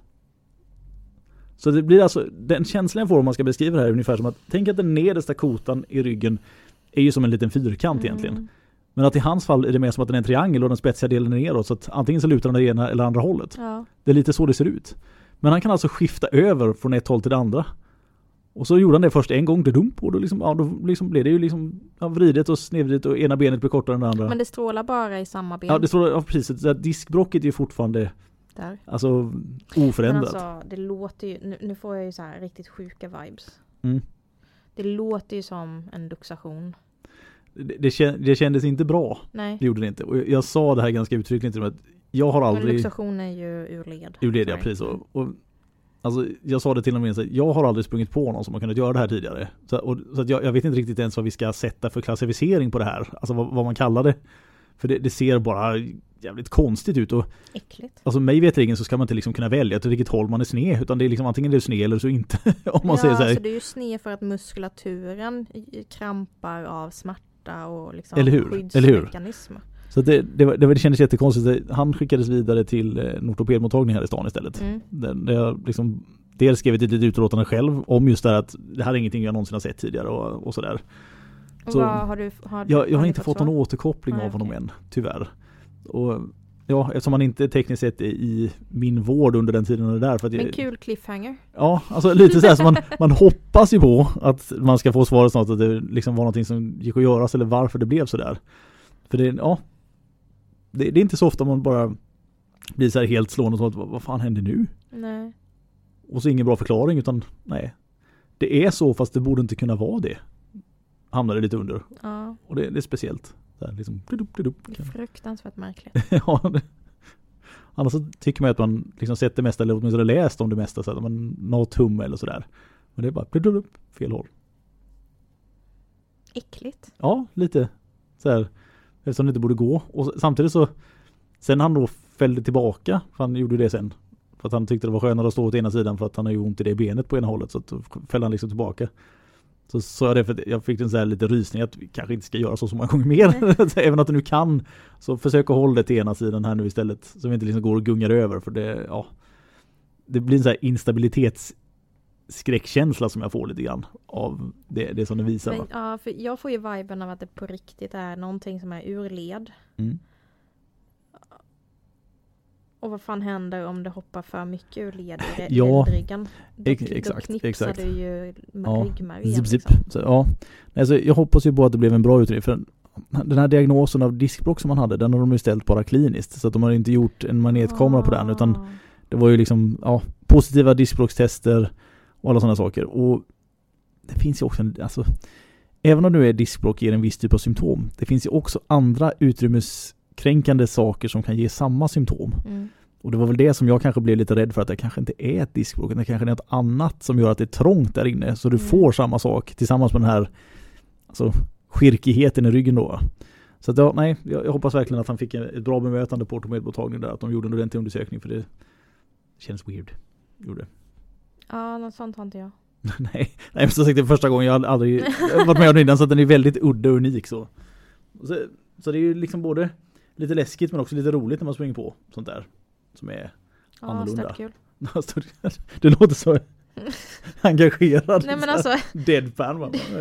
Så det blir alltså, den känslan jag får om man ska beskriva det här ungefär som att, tänk att den nedersta kotan i ryggen är ju som en liten fyrkant mm. egentligen. Men att i hans fall är det mer som att den är en triangel och den spetsiga delen är neråt. Så att antingen så lutar den det ena eller andra hållet. Ja. Det är lite så det ser ut. Men han kan alltså skifta över från ett håll till det andra. Och så gjorde han det först en gång till dump. Och då, liksom, ja, då liksom blev det ju liksom ja, vridet och snedvridet och ena benet blir kortare än det andra. Men det strålar bara i samma ben. Ja, det strålar, ja precis. Så diskbrocket är ju fortfarande där. Alltså oförändrat. Men alltså, det låter ju, nu, nu får jag ju så här riktigt sjuka vibes. Mm. Det låter ju som en luxation. Det, det, det kändes inte bra. Nej. Det gjorde det inte. Och jag sa det här ganska uttryckligt till dem att jag har aldrig... Men luxation är ju urled. Urled, ja, precis. Och, och, alltså, jag sa det till och med så att jag har aldrig sprungit på någon som har kunnat göra det här tidigare. Så, och, så att jag, jag vet inte riktigt ens vad vi ska sätta för klassificering på det här. Alltså vad, vad man kallar det. För det, det ser bara jävligt konstigt ut. Och, äckligt. Alltså mig vetligen så ska man inte liksom kunna välja till vilket håll man är sned. Utan det är liksom antingen det är sned eller så inte. Om man ja, säger så här. Alltså det är ju sned för att muskulaturen krampar av smärta och liksom eller hur? skyddsmekanismer. Så det, det, var, det kändes jättekonstigt. Han skickades vidare till en ortopedmottagning här i stan istället. Mm. Där, där jag liksom dels skrev ett litet utlåtande själv om just det här att det här är ingenting jag någonsin har sett tidigare och, och sådär. Så vad har du, har, jag, jag har har inte fått någon återkoppling Nej, av honom okay. än, tyvärr. Och ja, eftersom han inte tekniskt sett är i min vård under den tiden är där. För att Men jag, kul cliffhanger. Ja, alltså lite så här så man, man hoppas ju på att man ska få svaret snart att det liksom var någonting som gick att göras eller varför det blev så där. För det, ja, det, det är inte så ofta man bara blir så här helt slående och vad, vad fan händer nu? Nej. Och så ingen bra förklaring utan nej. Det är så fast det borde inte kunna vara det. Hamnade lite under. Ja. Och det, det är speciellt. Där, liksom, blidup, blidup, det är fruktansvärt märkligt. ja, det, annars så tycker man att man liksom sett det mesta eller åtminstone läst om det mesta så att man når tumme eller sådär. Men det är bara blidup, fel håll. Äckligt. Ja, lite så här eftersom det inte borde gå. Och samtidigt så sen han då fällde tillbaka, för han gjorde det sen. För att han tyckte det var skönare att stå åt ena sidan för att han har ju ont i det benet på ena hållet så att då fällde han liksom tillbaka. Så sa jag det för att jag fick en så här lite rysning att vi kanske inte ska göra så så många gånger mer. Även att du nu kan. Så försök att hålla det till ena sidan här nu istället. Så vi inte liksom går och gungar över. För det, ja, det blir en så här instabilitetsskräckkänsla som jag får lite grann av det, det som det visar. Men, ja, för jag får ju viben av att det på riktigt är någonting som är urled. Mm. Och vad fan händer om det hoppar för mycket ur led i ja, ryggen? Då, exakt, då knipsar exakt. du ju med ja, ryggmärg igen. Zip, zip. Liksom. Så, ja. Alltså, jag hoppas ju på att det blev en bra utredning. För den här diagnosen av diskbråck som man hade, den har de ju ställt bara kliniskt. Så att de har inte gjort en magnetkamera ah. på den. Utan det var ju liksom ja, positiva diskbråckstester och alla sådana saker. Och det finns ju också en, alltså, även om nu är diskbråck ger en viss typ av symptom. Det finns ju också andra utrymmeskränkande saker som kan ge samma symptom. Mm. Och det var väl det som jag kanske blev lite rädd för att det kanske inte är ett diskbråck. Det kanske är något annat som gör att det är trångt där inne. Så du mm. får samma sak tillsammans med den här alltså, skirkigheten i ryggen då. Så att, ja, nej, jag, jag hoppas verkligen att han fick ett bra bemötande på ortopedmottagningen där. Att de gjorde en ordentlig undersökning för det känns weird. Gjorde. Ja, något sånt har inte jag. nej, nej, men som sagt det är första gången jag har aldrig varit med om den så att den är väldigt udda och unik så. Så, så det är ju liksom både lite läskigt men också lite roligt när man springer på sånt där. Som är ja, annorlunda. Kul. Det låter så engagerad. Nej men alltså. Deadpan. Man.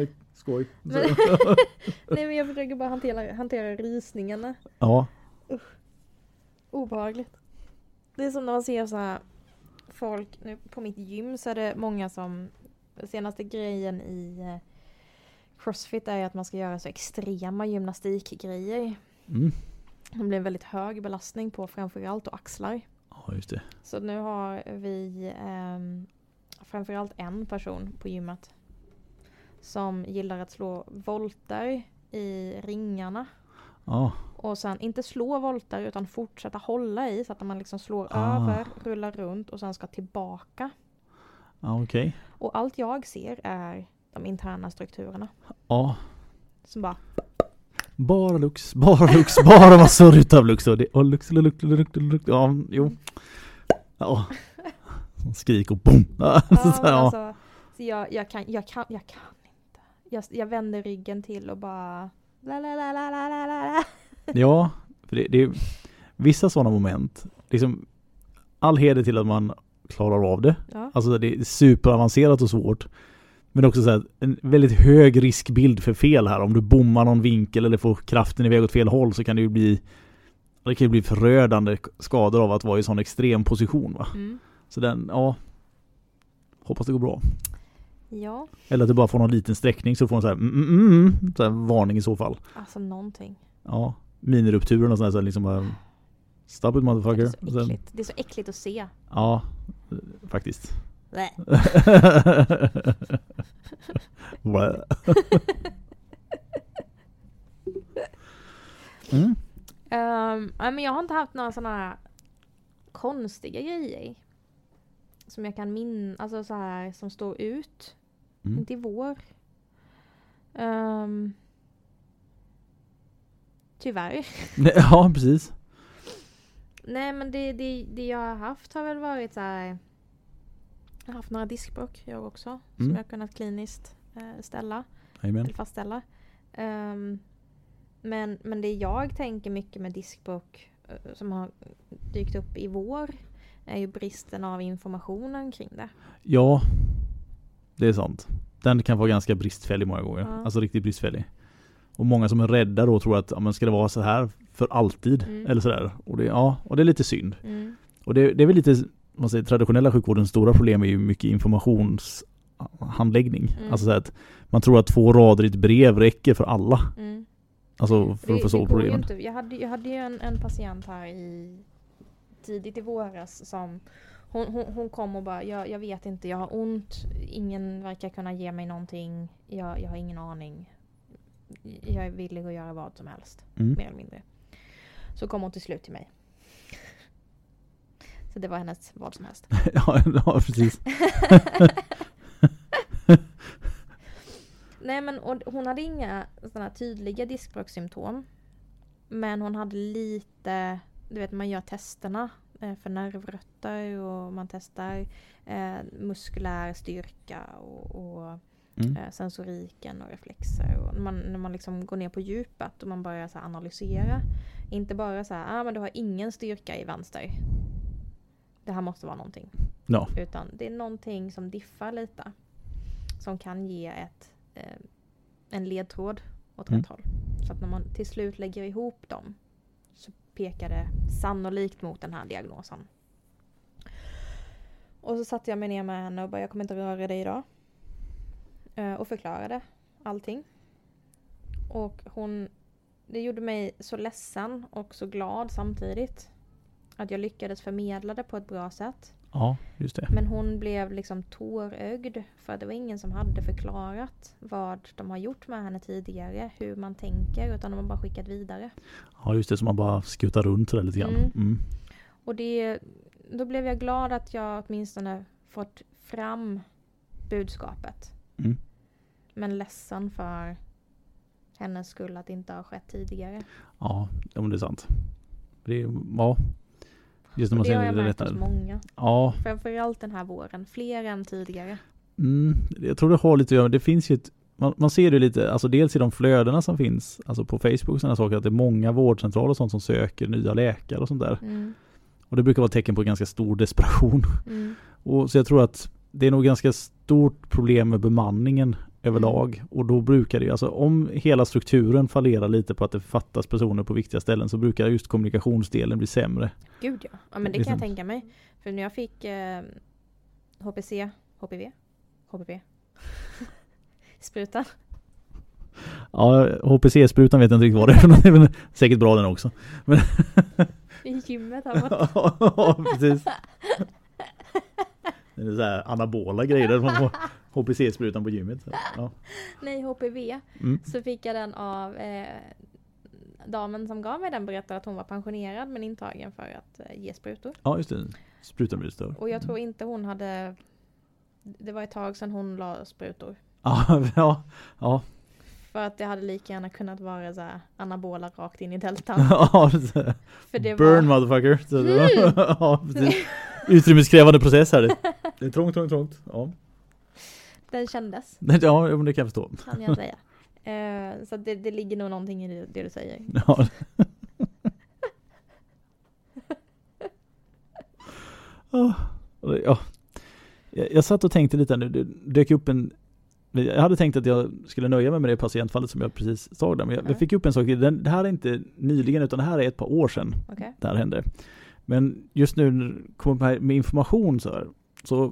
skoj. Men, nej men jag försöker bara hantera, hantera rysningarna. Ja. Usch. Obehagligt. Det är som när man ser så här folk, nu på mitt gym så är det många som, senaste grejen i eh, CrossFit är att man ska göra så extrema gymnastikgrejer. Mm. Det blir en väldigt hög belastning på framförallt och axlar. Ja, just det. Så nu har vi eh, framförallt en person på gymmet som gillar att slå volter i ringarna. Ja. Och sen inte slå volter utan fortsätta hålla i så att man liksom slår Ah. över, rullar runt och sen ska tillbaka. Ja, okej. Okay. Och allt jag ser är de interna strukturerna. Ja. Som bara... Bara lux, bara lux, bara massor utav lux. Och, det, och lux, lux, lux, lux, lux. Ja, jo. Ja. Skrik och boom. Ja, Ja, så, men ja. alltså, så jag, jag, kan, jag, kan, jag kan inte. Jag, jag vänder ryggen till och bara... La, la, la, la, la, la, la. Ja, för det, det är vissa sådana moment. Liksom, all heder till att man klarar av det. Ja. Alltså det är superavancerat och svårt. Men också så här, en väldigt hög riskbild för fel här. Om du bommar någon vinkel eller får kraften iväg åt fel håll så kan det ju bli, det kan ju bli förödande skador av att vara i sån extrem position, va? Mm. Så den, ja, hoppas det går bra. Ja, Eller att du bara får någon liten sträckning så du får en så här, mm, mm, mm, så här varning i så fall. alltså någonting. Ja, minirupturen och sådär, så här, liksom bara stop it Det är, motherfucker. så Och sen, äckligt. det är så äckligt att se. ja, faktiskt. Blä. mm. Um, ja, men jag har inte haft några sådana här konstiga grejer som jag kan minnas, alltså så här som står ut. Mm. Inte i vår. Um, tyvärr. Ja, precis. Nej, men det, det, det jag har haft har väl varit så här. Jag har haft några diskbråck jag också. Mm. Som jag har kunnat kliniskt eh, ställa. Amen. Eller fastställa. Um, men, men det jag tänker mycket med diskbråck uh, som har dykt upp i vår är ju bristen av informationen kring det. Ja, det är sant. Den kan vara ganska bristfällig många gånger. Ja. Alltså riktigt bristfällig. Och många som är rädda då tror att ja, men ska det vara så här för alltid? Mm. Eller sådär. Och det, ja, och det är lite synd. Mm. Och det, det är väl lite, man säger, traditionella sjukvårdens stora problem är ju mycket informationshandläggning. Mm. Alltså så att man tror att två rader i ett brev räcker för alla. Mm. Alltså för Det, att förstå det går ju problemen. inte. Jag hade, jag hade ju en, en patient här i tidigt i våras som hon, hon, hon kom och bara, jag, jag vet inte, jag har ont, ingen verkar kunna ge mig någonting, jag, jag har ingen aning, jag är villig att göra vad som helst, Mm. mer eller mindre. Så kom hon till slut till mig. Så det var hennes vad som helst. ja, ja, precis. Nej, men och hon hade inga sådana tydliga diskbråckssymptom. Men hon hade lite, du vet, man gör testerna eh, för nervrötter och man testar eh, muskulär styrka och, och Mm. eh, sensoriken och reflexer. Och när man, när man liksom går ner på djupet och man börjar så här analysera. Inte bara så här, ah, men du har ingen styrka i vänster. Det här måste vara någonting. Ja. Utan det är någonting som diffar lite. Som kan ge ett, eh, en ledtråd åt Mm. rätt håll. Så att när man till slut lägger ihop dem så pekar det sannolikt mot den här diagnosen. Och så satte jag mig ner med henne och bara, jag kommer inte röra dig idag. Eh, och förklarade allting. Och hon, det gjorde mig så ledsen och så glad samtidigt. Att jag lyckades förmedla det på ett bra sätt. Ja, just det. Men hon blev liksom tårögd för att det var ingen som hade förklarat vad de har gjort med henne tidigare, hur man tänker, utan de har bara skickat vidare. Ja, just det, som man bara skutar runt där lite grann. Mm. Mm. Och det, då blev jag glad att jag åtminstone fått fram budskapet. Mm. Men ledsen för hennes skull att det inte har skett tidigare. Ja, ja, men det är sant. Det är, ja. Just när man Och det har säger jag det märkt rätta. hos många. Ja, Framförallt den här våren. Fler än tidigare. mm, jag tror det har lite att göra. Det finns ju ett, man, man ser det lite, alltså dels i de flödena som finns, alltså på Facebook och sådana saker, att det är många vårdcentraler och sånt som söker nya läkare och sånt där. Mm. Och det brukar vara tecken på ganska stor desperation. Mm. Och så jag tror att det är nog ganska stort problem med bemanningen överlag. Mm. Och då brukar det, alltså om hela strukturen fallerar lite på att det fattas personer på viktiga ställen, så brukar just kommunikationsdelen bli sämre. Gud ja, ja men det kan jag tänka mig. För när jag fick eh, H P C, H P V, H P V sprutan. Ja, H P C-sprutan vet jag inte riktigt vad det är. Men säkert bra den också. Men i gymmet har man. Ja, precis. Det är så här anabola grejer man får H P C-sprutan på gymmet. Så, ja. Nej, H P V. Mm. Så fick jag den av eh, damen som gav mig den, berättade att hon var pensionerad men intagen för att eh, ge sprutor. Ja, just det. Sprutan blir större. Och jag tror inte hon hade... Det var ett tag sedan hon la sprutor. Ja, ja, ja. För att det hade lika gärna kunnat vara så här anabola rakt in i deltan. Ja, för det burn var... motherfucker. Så det var, mm. Ja, precis. Utrymmeskrävande process här. Det är trångt, trångt, trångt. Ja. Den kändes. Ja, men det kan jag förstå. Kan jag säga. Uh, så det, det ligger nog någonting i det, det du säger. Ja. oh, ja. Jag, jag satt och tänkte lite nu. Det dök upp en... Jag hade tänkt att jag skulle nöja mig med det patientfallet som jag precis sa där. Men jag, mm. jag fick upp en sak. Den, det här är inte nyligen utan det här är ett par år sedan. Okay. Det här hände. Men just nu kom jag med information så här. Så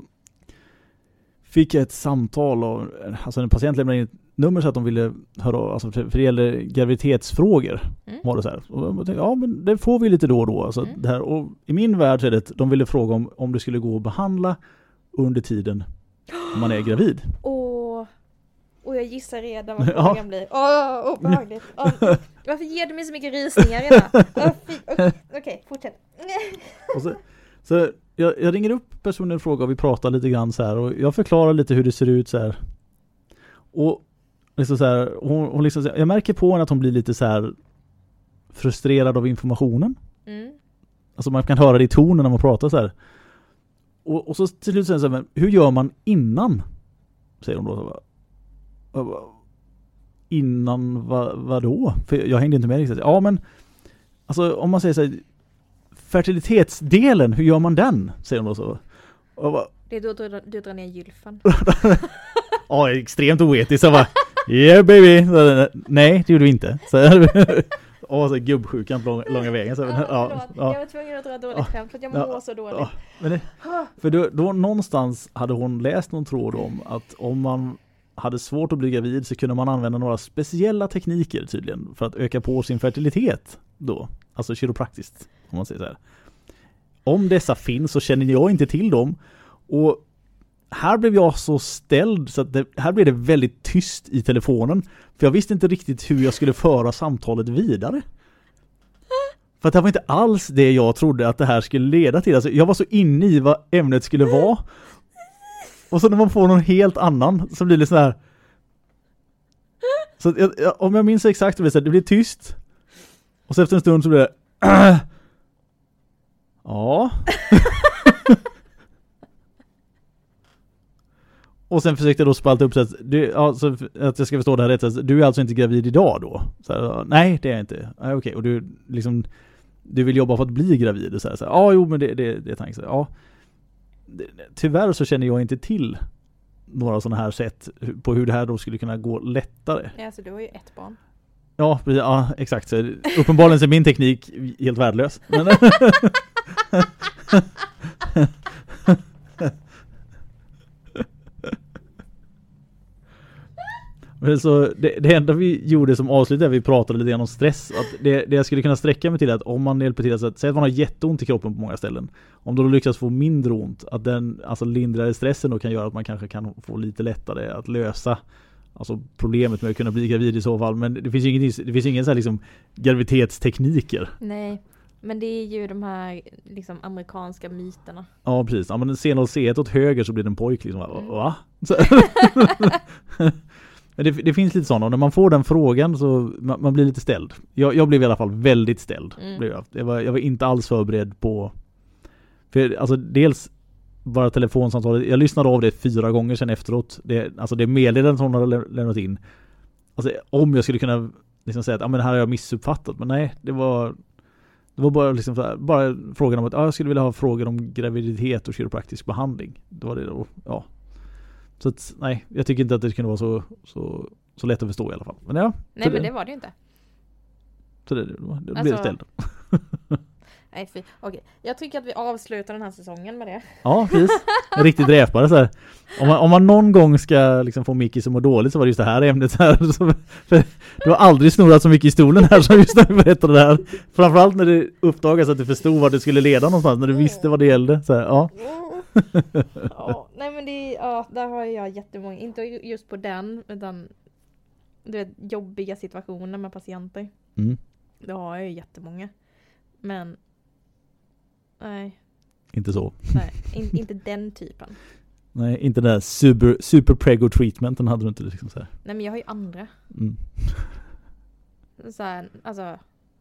fick jag ett samtal och alltså en patient lämnade in ett nummer så att de ville höra, alltså för det gäller graviditetsfrågor. Mm. Var det så här. Och jag tänkte, ja men det får vi lite då och då. Alltså mm. det här, och i min värld så är det att de ville fråga om, om det skulle gå att behandla under tiden man är gravid. Och, och jag gissar redan vad frågan ja. blir. Åh, oh, obehagligt. Oh, varför ger du mig så mycket rysningar redan? Oh, Okej, okay, fortsätt. Och så, så jag, jag ringer upp personen i fråga och vi pratar lite grann så här. Och jag förklarar lite hur det ser ut så här. Och liksom så här, hon, hon liksom, jag märker på henne att hon blir lite så här frustrerad av informationen. Mm. Alltså man kan höra det i tonen när man pratar så här. Och, och så till slut säger så här, hur gör man innan? Säger hon då. Så bara, innan vad, vad då? För jag hängde inte med riktigt. Ja men, alltså om man säger så här, fertilitetsdelen, hur gör man den? Säger hon då så. Bara, det är då du, du drar ner gylfen. Ja, extremt oetiskt. Så bara, yeah baby. Så, nej, det gjorde vi inte. Så, åh, så gubbsjukan på lång, långa vägen. Så, ja, ja, ja. Jag var tvungen att dra dåligt ja, skämt för att jag ja, mår så dåligt. Ja, men det, för då, då någonstans hade hon läst någon tråd om att om man hade svårt att bli gravid så kunde man använda några speciella tekniker tydligen för att öka på sin fertilitet då. Alltså kiropraktiskt, om man säger så här. Om dessa finns så känner jag inte till dem. Och här blev jag så ställd så att det, här blev det väldigt tyst i telefonen. För jag visste inte riktigt hur jag skulle föra samtalet vidare. För att det var inte alls det jag trodde att det här skulle leda till. Alltså, jag var så inne i vad ämnet skulle vara. Och så när man får någon helt annan så blir det så här. Så jag, jag, om jag minns exakt, det blir, så här, det blir tyst. Och så efter en stund så blir det äh, ja. Och sen försökte jag då spalta upp så att, du, alltså, att jag ska förstå det här rätt. Så du är alltså inte gravid idag då? Så här, nej, det är jag inte. Ah, okej, okay. Och du liksom du vill jobba för att bli gravid? Så här, så här, ja, jo, men det, det, det är tanken. Ja. Tyvärr så känner jag inte till några sådana här sätt på hur det här då skulle kunna gå lättare. Ja, så du har ju ett barn. Ja, ja exakt. Så uppenbarligen är min teknik helt värdelös. Men så det, det enda vi gjorde som avslutade, vi pratade lite grann om stress, att det, det jag skulle kunna sträcka mig till att om man hjälper till att säga att man har jätteont i kroppen på många ställen, om då lyckas få mindre ont, att den alltså lindrare stressen då kan göra att man kanske kan få lite lättare att lösa alltså problemet med att kunna bli gravid i så fall, men det finns ju ingen, det finns ingen så här liksom graviditetstekniker. Nej. Men det är ju de här liksom amerikanska myterna. Ja, precis. Ja, men ser noll C ett åt höger så blir det en pojk liksom. Mm. Va? Men det, det finns lite sådana. Och när man får den frågan så man, man blir lite ställd. Jag, jag blev i alla fall väldigt ställd. Mm. Blev jag. Jag, var, jag var inte alls förberedd på... För alltså dels bara telefonsamtalet. Jag lyssnade av det fyra gånger sedan efteråt. Det, alltså det meddelandet som hon hade lämnat in. Alltså om jag skulle kunna liksom säga att ah, men här har jag missuppfattat. Men nej, det var... Det var bara, liksom så här, bara frågan om att ah, jag skulle vilja ha frågor om graviditet och kiropraktisk behandling. Det var det då, ja. Så att, nej, jag tycker inte att det kunde vara så, så, så lätt att förstå i alla fall. Men ja. Nej, men det, det var det ju inte. Så det, det, det Alltså, blev ställt. Nej, fy. Okej. Jag tycker att vi avslutar den här säsongen med det. Ja, precis. Riktigt dräpare så här. Om man, om man någon gång ska liksom få Mickey som mår dåligt så var det just det här ämnet så här. Så, för du har aldrig snurrat så mycket i stolen här som just när du berättade det här. Framförallt när det uppdagas att du förstod vad det skulle leda någonstans. När du visste vad det gällde. Så här, ja. Ja, nej men det, ja, där har jag jättemånga, inte just på den, utan du vet, jobbiga situationer med patienter. Mm. Det har jag ju jättemånga. Men nej. Inte så. Nej, in, inte den typen. Nej, inte den där super, super prego treatmenten hade du inte liksom så här. Nej, men jag har ju andra. Mm. Så här, alltså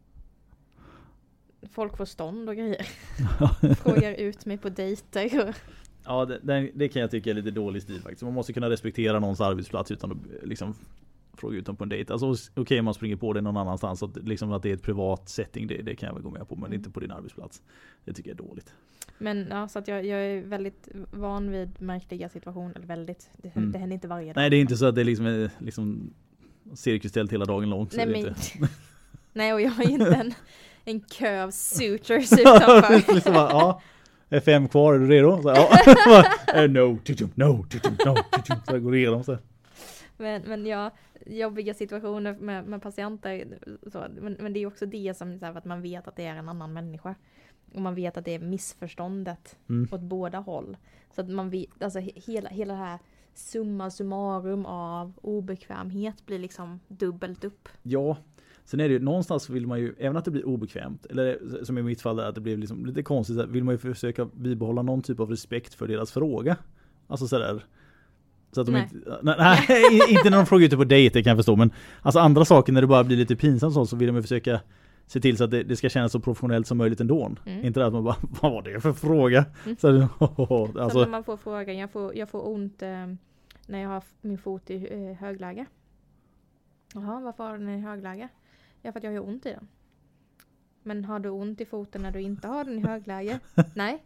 folk får stånd och grejer. Frågar ut mig på dejter. Och... Ja, det, det, det kan jag tycka är lite dålig stil faktiskt. Man måste kunna respektera någons arbetsplats utan att liksom fråga ut dem på en dejt. Alltså okej, okay, man springer på det någon annanstans att, liksom att det är ett privat setting, det, det kan jag väl gå med på, men mm. inte på din arbetsplats. Det tycker jag är dåligt. Men ja, så att jag, jag är väldigt van vid märkliga situationer, eller väldigt, det, mm. det händer inte varje dag. Nej, det är inte så att det är liksom, är liksom cirkusställt hela dagen lång. Så Nej, det men, inte. Nej, och jag har inte en, en kö av sutures utanför. liksom bara, ja, är fem kvar, är du redo? Så, ja. no, no, no, så jag går igenom så. Men, men ja, jobbiga situationer med, med patienter, så, men, men det är också det som så här, att man vet att det är en annan människa. Och man vet att det är missförståndet mm. åt båda håll. Så att man vet, alltså hela, hela det här summa summarum av obekvämhet blir liksom dubbelt upp. Ja, sen är det ju, någonstans vill man ju, även att det blir obekvämt, eller som i mitt fall att det blir liksom lite konstigt, vill man ju försöka bibehålla någon typ av respekt för deras fråga. Alltså sådär. Så att de nej. Inte, nej, nej, inte när de frågar ute på dejt, det kan jag förstå, men alltså andra saker när det bara blir lite pinsamt så, så vill de ju försöka se till så att det, det ska kännas så professionellt som möjligt ändå. Mm. Inte det att man bara, vad var det för fråga? Mm. Så, oh, oh, alltså. Så när man får frågan, jag får, jag får ont eh, när jag har min fot i eh, högläge. Jaha, varför har den i högläge? Ja, för att jag har ont i den. Men har du ont i foten när du inte har den i högläge? Nej.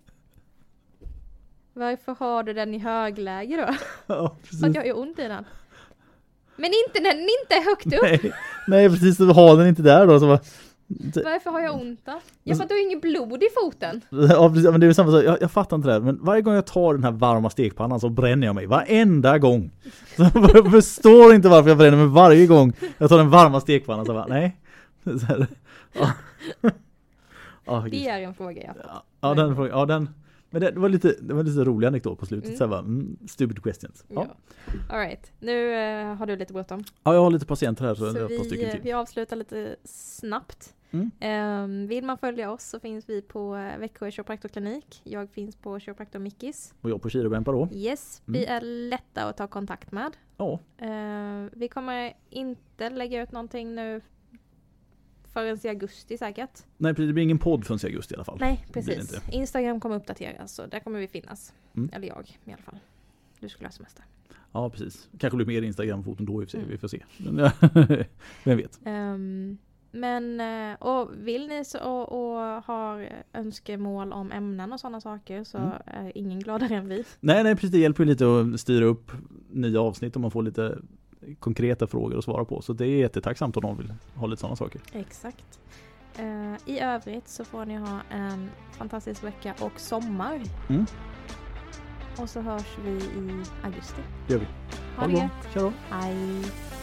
Varför har du den i högläge då? Ja, för att jag har ont i den. Men inte när den inte är högt upp. Nej, nej precis, så har den inte där då. Så bara, varför har jag ont då? Ja, för att du har ingen blod i foten. Ja, precis, men det är samma sak. Jag, jag fattar inte det här. Men varje gång jag tar den här varma stekpannan så bränner jag mig. Varenda gång. Så jag förstår inte varför jag bränner mig varje gång jag tar den varma stekpannan. Så bara, nej. Så här, ja. Ja, det är en fråga jag ja, ja, den frågan. Ja, den. Men det, det var lite det var lite rolig anekdot på slutet mm. så här bara, mm, stupid questions. Ja. Ja. All right. Nu uh, har du lite bråttom. Ja, jag har lite patienter här så, så jag har ett par vi, stycken till. vi avslutar lite snabbt. Mm. Um, vill man följa oss så finns vi på uh, Växjö kiropraktorklinik. Jag finns på Kiropraktor Mickis. Och jag på Kirobempa då. Yes, mm. vi är lätta att ta kontakt med. Ja. Uh, vi kommer inte lägga ut någonting nu förrän i augusti säkert. Nej, det blir ingen podd förrän i augusti i alla fall. Nej, precis. Instagram kommer uppdateras så där kommer vi finnas. Mm. Eller jag i alla fall. Du skulle ha semester. Ja, precis. Kanske blir mer Instagram-foton då i och för sig. Mm. Vi får se. Vem vet. Um, men, och vill ni så, och, och har önskemål om ämnen och sådana saker så mm. är ingen gladare än vi. Nej, nej, precis. Det hjälper ju lite att styra upp nya avsnitt om man får lite konkreta frågor att svara på. Så det är jättetacksamt om någon vill ha lite sådana saker. Exakt. Uh, I övrigt så får ni ha en fantastisk vecka och sommar. Mm. Och så hörs vi i augusti. Det gör vi. Ha det gött. Tja då. Hej.